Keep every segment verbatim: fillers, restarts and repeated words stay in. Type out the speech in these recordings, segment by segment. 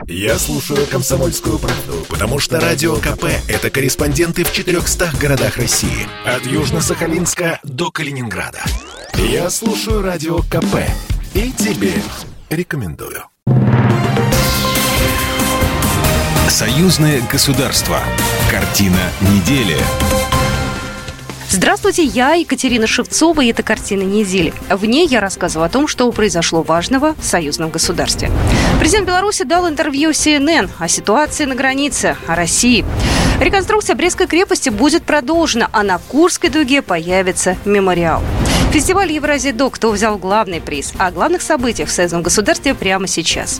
Я слушаю «Комсомольскую правду», потому что Радио КП – это корреспонденты в четырехстах городах России. От Южно-Сахалинска до Калининграда. Я слушаю Радио КП и тебе рекомендую. Союзное государство. Картина недели. Здравствуйте, я Екатерина Шевцова, и это «Картина недели». В ней я рассказываю о том, что произошло важного в союзном государстве. Президент Беларуси дал интервью си эн эн о ситуации на границе, о России. Реконструкция Брестской крепости будет продолжена, а на Курской дуге появится мемориал. Фестиваль Евразия-Док, кто взял главный приз. О главных событиях в союзном государстве прямо сейчас.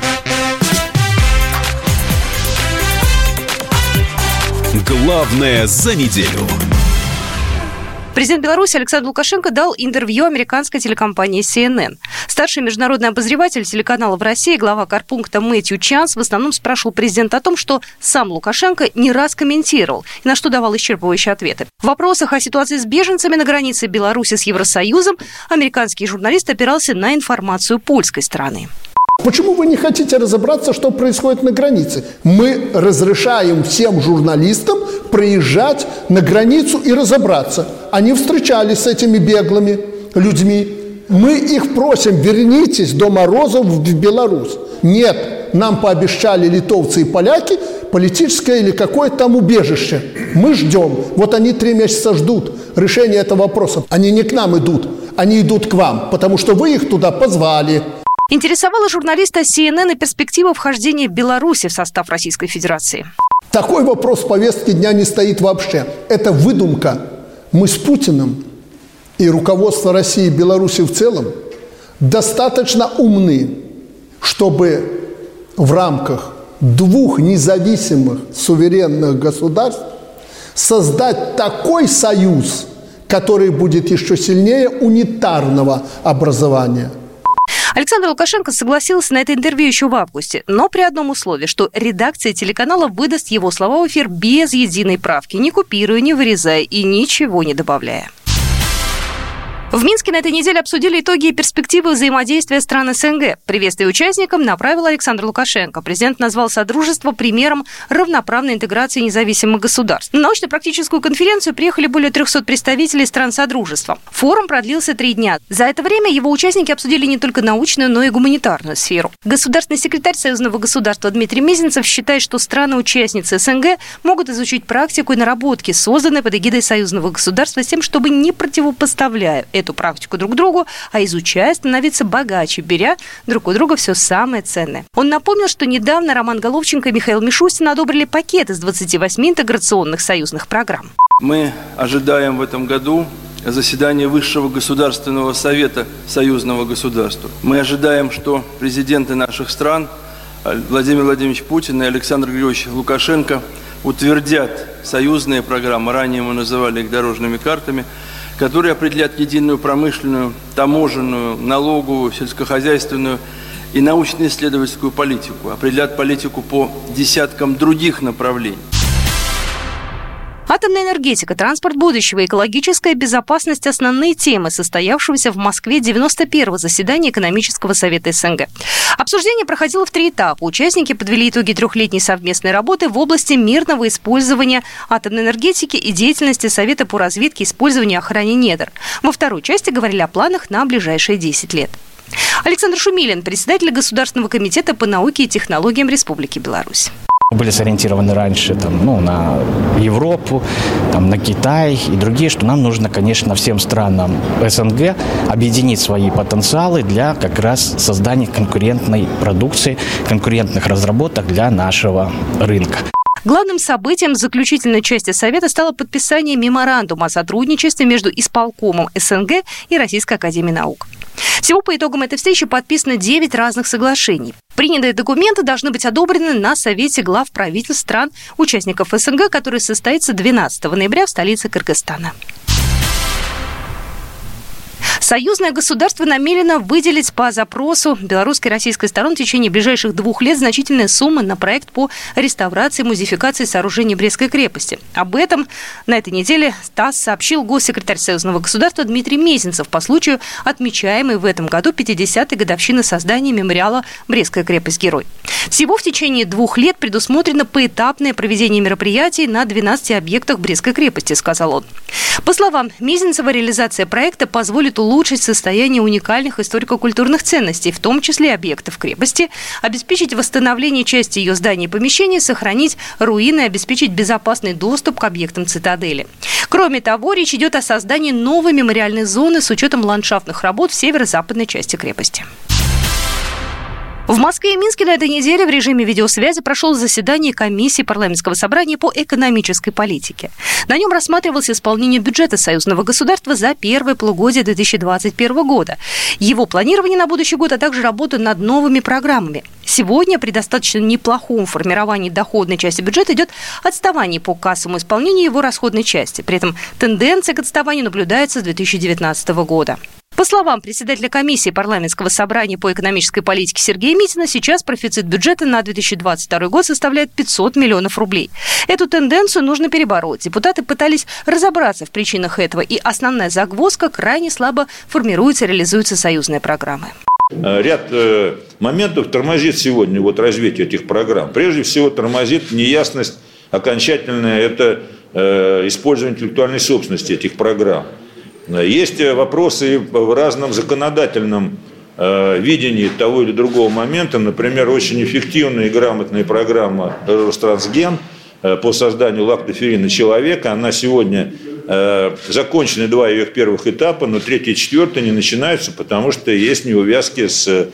Главное за неделю. Президент Беларуси Александр Лукашенко дал интервью американской телекомпании си эн эн. Старший международный обозреватель телеканала в России, глава корпункта Мэтью Чанс, в основном спрашивал президента о том, что сам Лукашенко не раз комментировал и на что давал исчерпывающие ответы. В вопросах о ситуации с беженцами на границе Беларуси с Евросоюзом американский журналист опирался на информацию польской стороны. Почему вы не хотите разобраться, что происходит на границе? Мы разрешаем всем журналистам приезжать на границу и разобраться. Они встречались с этими беглыми людьми. Мы их просим, вернитесь до морозов в Беларусь. Нет, нам пообещали литовцы и поляки политическое или какое-то там убежище. Мы ждем. Вот они три месяца ждут решения этого вопроса. Они не к нам идут, они идут к вам, потому что вы их туда позвали. Интересовала журналиста си эн эн и перспектива вхождения Беларуси в состав Российской Федерации. Такой вопрос в повестке дня не стоит вообще. Это выдумка. Мы с Путиным и руководство России и Беларуси в целом достаточно умны, чтобы в рамках двух независимых суверенных государств создать такой союз, который будет еще сильнее унитарного образования. Александр Лукашенко согласился на это интервью еще в августе, но при одном условии, что редакция телеканала выдаст его слова в эфир без единой правки, не копируя, не вырезая и ничего не добавляя. В Минске на этой неделе обсудили итоги и перспективы взаимодействия стран эс эн гэ. Приветствие участникам направил Александр Лукашенко. Президент назвал Содружество примером равноправной интеграции независимых государств. На научно-практическую конференцию приехали более трехсот представителей стран Содружества. Форум продлился три дня. За это время его участники обсудили не только научную, но и гуманитарную сферу. Государственный секретарь Союзного государства Дмитрий Мезенцев считает, что страны-участницы эс эн гэ могут изучить практику и наработки, созданные под эгидой Союзного государства, с тем, чтобы не противопоставляя эту практику друг другу, а изучая, становиться богаче, беря друг у друга все самое ценное. Он напомнил, что недавно Роман Головченко и Михаил Мишустин одобрили пакет из двадцати восьми интеграционных союзных программ. Мы ожидаем в этом году заседание Высшего государственного совета союзного государства. Мы ожидаем, что президенты наших стран Владимир Владимирович Путин и Александр Григорьевич Лукашенко утвердят союзные программы, ранее мы называли их дорожными картами, которые определят единую промышленную, таможенную, налоговую, сельскохозяйственную и научно-исследовательскую политику, определят политику по десяткам других направлений. Атомная энергетика, транспорт будущего, экологическая безопасность – основные темы состоявшегося в Москве девяносто первого заседания Экономического совета эс эн гэ. Обсуждение проходило в три этапа. Участники подвели итоги трехлетней совместной работы в области мирного использования атомной энергетики и деятельности Совета по разведке, использованию и охране недр. Во второй части говорили о планах на ближайшие десять лет. Александр Шумилин, председатель Государственного комитета по науке и технологиям Республики Беларусь. Были сориентированы раньше там, ну, на Европу, там, на Китай и другие, что нам нужно, конечно, всем странам эс эн гэ объединить свои потенциалы для как раз создания конкурентной продукции, конкурентных разработок для нашего рынка. Главным событием заключительной части Совета стало подписание меморандума о сотрудничестве между исполкомом эс эн гэ и Российской академией наук. Всего по итогам этой встречи подписано девять разных соглашений. Принятые документы должны быть одобрены на Совете глав правительств стран-участников эс эн гэ, который состоится двенадцатого ноября в столице Кыргызстана. Союзное государство намерено выделить по запросу белорусской и российской сторон в течение ближайших двух лет значительные суммы на проект по реставрации и модификации сооружений Брестской крепости. Об этом на этой неделе ТАСС сообщил госсекретарь Союзного государства Дмитрий Мезенцев по случаю отмечаемой в этом году пятидесятой годовщины создания мемориала «Брестская крепость-герой». Всего в течение двух лет предусмотрено поэтапное проведение мероприятий на двенадцати объектах Брестской крепости, сказал он. По словам Мизинцева, реализация проекта позволит улучшить состояние уникальных историко-культурных ценностей, в том числе объектов крепости, обеспечить восстановление части ее зданий и помещений, сохранить руины и обеспечить безопасный доступ к объектам цитадели. Кроме того, речь идет о создании новой мемориальной зоны с учетом ландшафтных работ в северо-западной части крепости. В Москве и Минске на этой неделе в режиме видеосвязи прошел заседание комиссии парламентского собрания по экономической политике. На нем рассматривалось исполнение бюджета союзного государства за первое полугодие две тысячи двадцать первого года, его планирование на будущий год, а также работа над новыми программами. Сегодня при достаточно неплохом формировании доходной части бюджета идет отставание по кассовому исполнению его расходной части. При этом тенденция к отставанию наблюдается с две тысячи девятнадцатого года. По словам председателя комиссии парламентского собрания по экономической политике Сергея Митина, сейчас профицит бюджета на две тысячи двадцать второй год составляет пятьсот миллионов рублей. Эту тенденцию нужно перебороть. Депутаты пытались разобраться в причинах этого, и основная загвоздка – крайне слабо формируется и реализуются союзные программы. Ряд э, моментов тормозит сегодня вот развитие этих программ. Прежде всего тормозит неясность окончательная, это э, использование интеллектуальной собственности этих программ. Есть вопросы в разном законодательном э, видении того или другого момента. Например, очень эффективная и грамотная программа «Ространсген» э, по созданию лактоферина человека. Она сегодня э, закончены два ее первых этапа, но третий и четвертый не начинаются, потому что есть неувязки с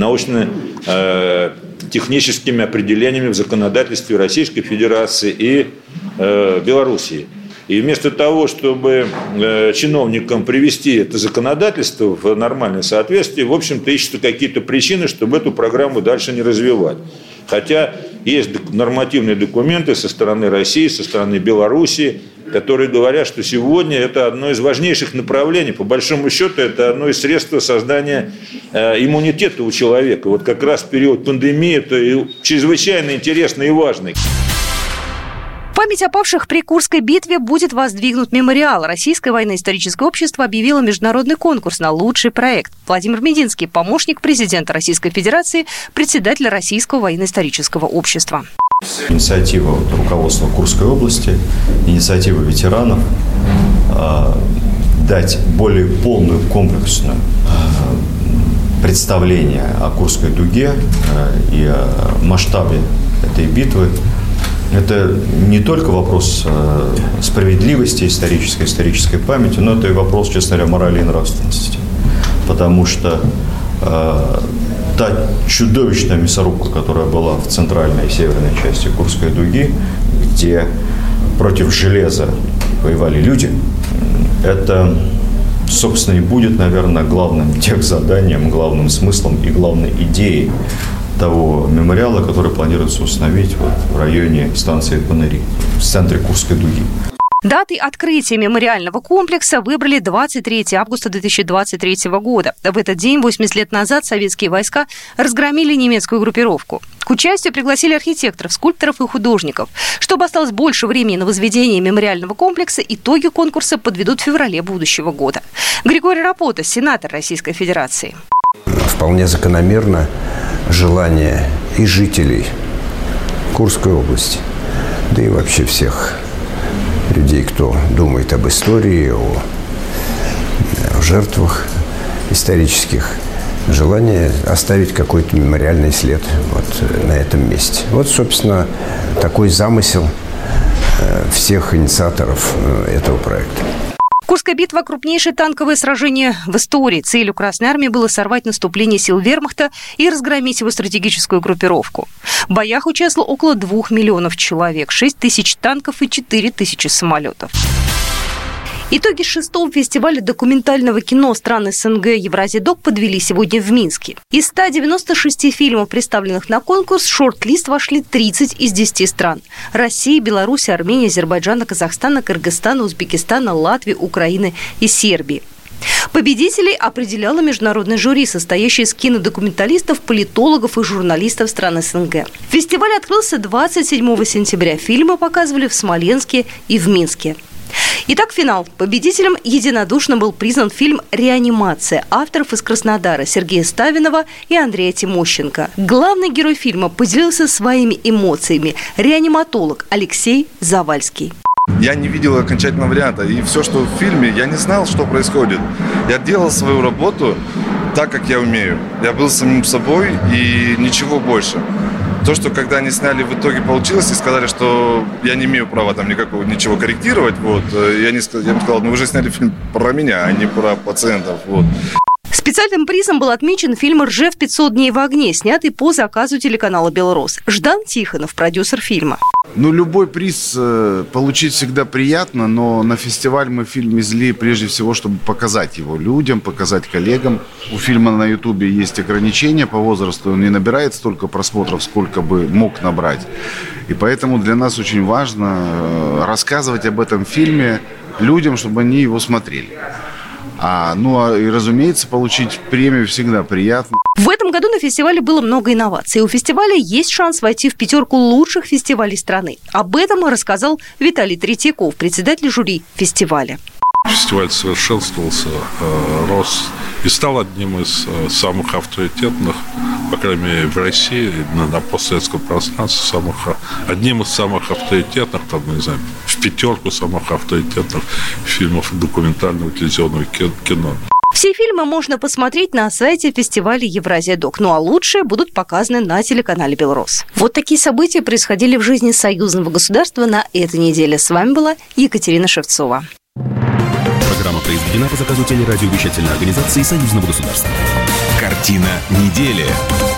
научно-техническими определениями в законодательстве Российской Федерации и э, Белоруссии. И вместо того, чтобы э, чиновникам привести это законодательство в нормальное соответствие, в общем-то, ищутся какие-то причины, чтобы эту программу дальше не развивать. Хотя есть нормативные документы со стороны России, со стороны Белоруссии, которые говорят, что сегодня это одно из важнейших направлений. По большому счету, это одно из средств создания э, иммунитета у человека. Вот как раз в период пандемии это чрезвычайно интересно и важно. В память о павших при Курской битве будет воздвигнут мемориал. Российское военно-историческое общество объявило международный конкурс на лучший проект. Владимир Мединский, помощник президента Российской Федерации, председатель Российского военно-исторического общества. Инициатива руководства Курской области, инициатива ветеранов э, дать более полную, комплексную э, представление о Курской дуге э, и о масштабе этой битвы. Это не только вопрос э, справедливости, исторической, исторической памяти, но это и вопрос, честно говоря, морали и нравственности. Потому что э, та чудовищная мясорубка, которая была в центральной и северной части Курской дуги, где против железа воевали люди, это, собственно, и будет, наверное, главным техзаданием, главным смыслом и главной идеей того мемориала, который планируется установить вот в районе станции Панари, в центре Курской дуги. Датой открытия мемориального комплекса выбрали двадцать третьего августа две тысячи двадцать третьего года. В этот день, восемьдесят лет назад, советские войска разгромили немецкую группировку. К участию пригласили архитекторов, скульпторов и художников. Чтобы осталось больше времени на возведение мемориального комплекса, итоги конкурса подведут в феврале будущего года. Григорий Рапота, сенатор Российской Федерации. Вполне закономерно желание и жителей Курской области, да и вообще всех людей, кто думает об истории, о, о жертвах исторических, желание оставить какой-то мемориальный след вот на этом месте. Вот, собственно, такой замысел всех инициаторов этого проекта. Курская битва – крупнейшее танковое сражение в истории. Целью Красной Армии было сорвать наступление сил вермахта и разгромить его стратегическую группировку. В боях участвовало около двух миллионов человек, шесть тысяч танков и четыре тысячи самолетов. Итоги шестого фестиваля документального кино стран СНГ «Евразия-Док» подвели сегодня в Минске. Из ста девяноста шести фильмов, представленных на конкурс, в шорт-лист вошли тридцать из десяти стран. Россия, Беларусь, Армения, Азербайджана, Казахстана, Кыргызстана, Узбекистана, Латвии, Украины и Сербии. Победителей определяло международное жюри, состоящее из кинодокументалистов, политологов и журналистов стран СНГ. Фестиваль открылся двадцать седьмого сентября. Фильмы показывали в Смоленске и в Минске. Итак, финал. Победителем единодушно был признан фильм «Реанимация» авторов из Краснодара Сергея Ставинова и Андрея Тимощенко. Главный герой фильма поделился своими эмоциями. Реаниматолог Алексей Завальский. Я не видел окончательного варианта. И все, что в фильме, я не знал, что происходит. Я делал свою работу так, как я умею. Я был самим собой и ничего больше. То, что когда они сняли, в итоге получилось, и сказали, что я не имею права там никакого, ничего корректировать, вот, я, не, я им сказал, ну вы же сняли фильм про меня, а не про пациентов, вот. Специальным призом был отмечен фильм «Ржев пятьсот дней в огне», снятый по заказу телеканала «Белрос». Ждан Тихонов, продюсер фильма. Ну, любой приз э, получить всегда приятно, но на фестиваль мы фильм везли прежде всего, чтобы показать его людям, показать коллегам. У фильма на Ютубе есть ограничения по возрасту, он не набирает столько просмотров, сколько бы мог набрать. И поэтому для нас очень важно э, рассказывать об этом фильме людям, чтобы они его смотрели. А, ну, а, и, разумеется, получить премию всегда приятно. В этом году на фестивале было много инноваций. У фестиваля есть шанс войти в пятерку лучших фестивалей страны. Об этом рассказал Виталий Третьяков, председатель жюри фестиваля. Фестиваль совершенствовался, рос и стал одним из самых авторитетных, по крайней мере, в России, на, на постсоветском пространстве, самых, одним из самых авторитетных, там, не знаю, в пятерку самых авторитетных фильмов документального телевизионного кино. Все фильмы можно посмотреть на сайте фестиваля «Евразия Док». Ну а лучшие будут показаны на телеканале «Белрос». Вот такие события происходили в жизни союзного государства на этой неделе. С вами была Екатерина Шевцова. Программа произведена по заказу телерадиовещательной организации Союзного государства. Картина недели.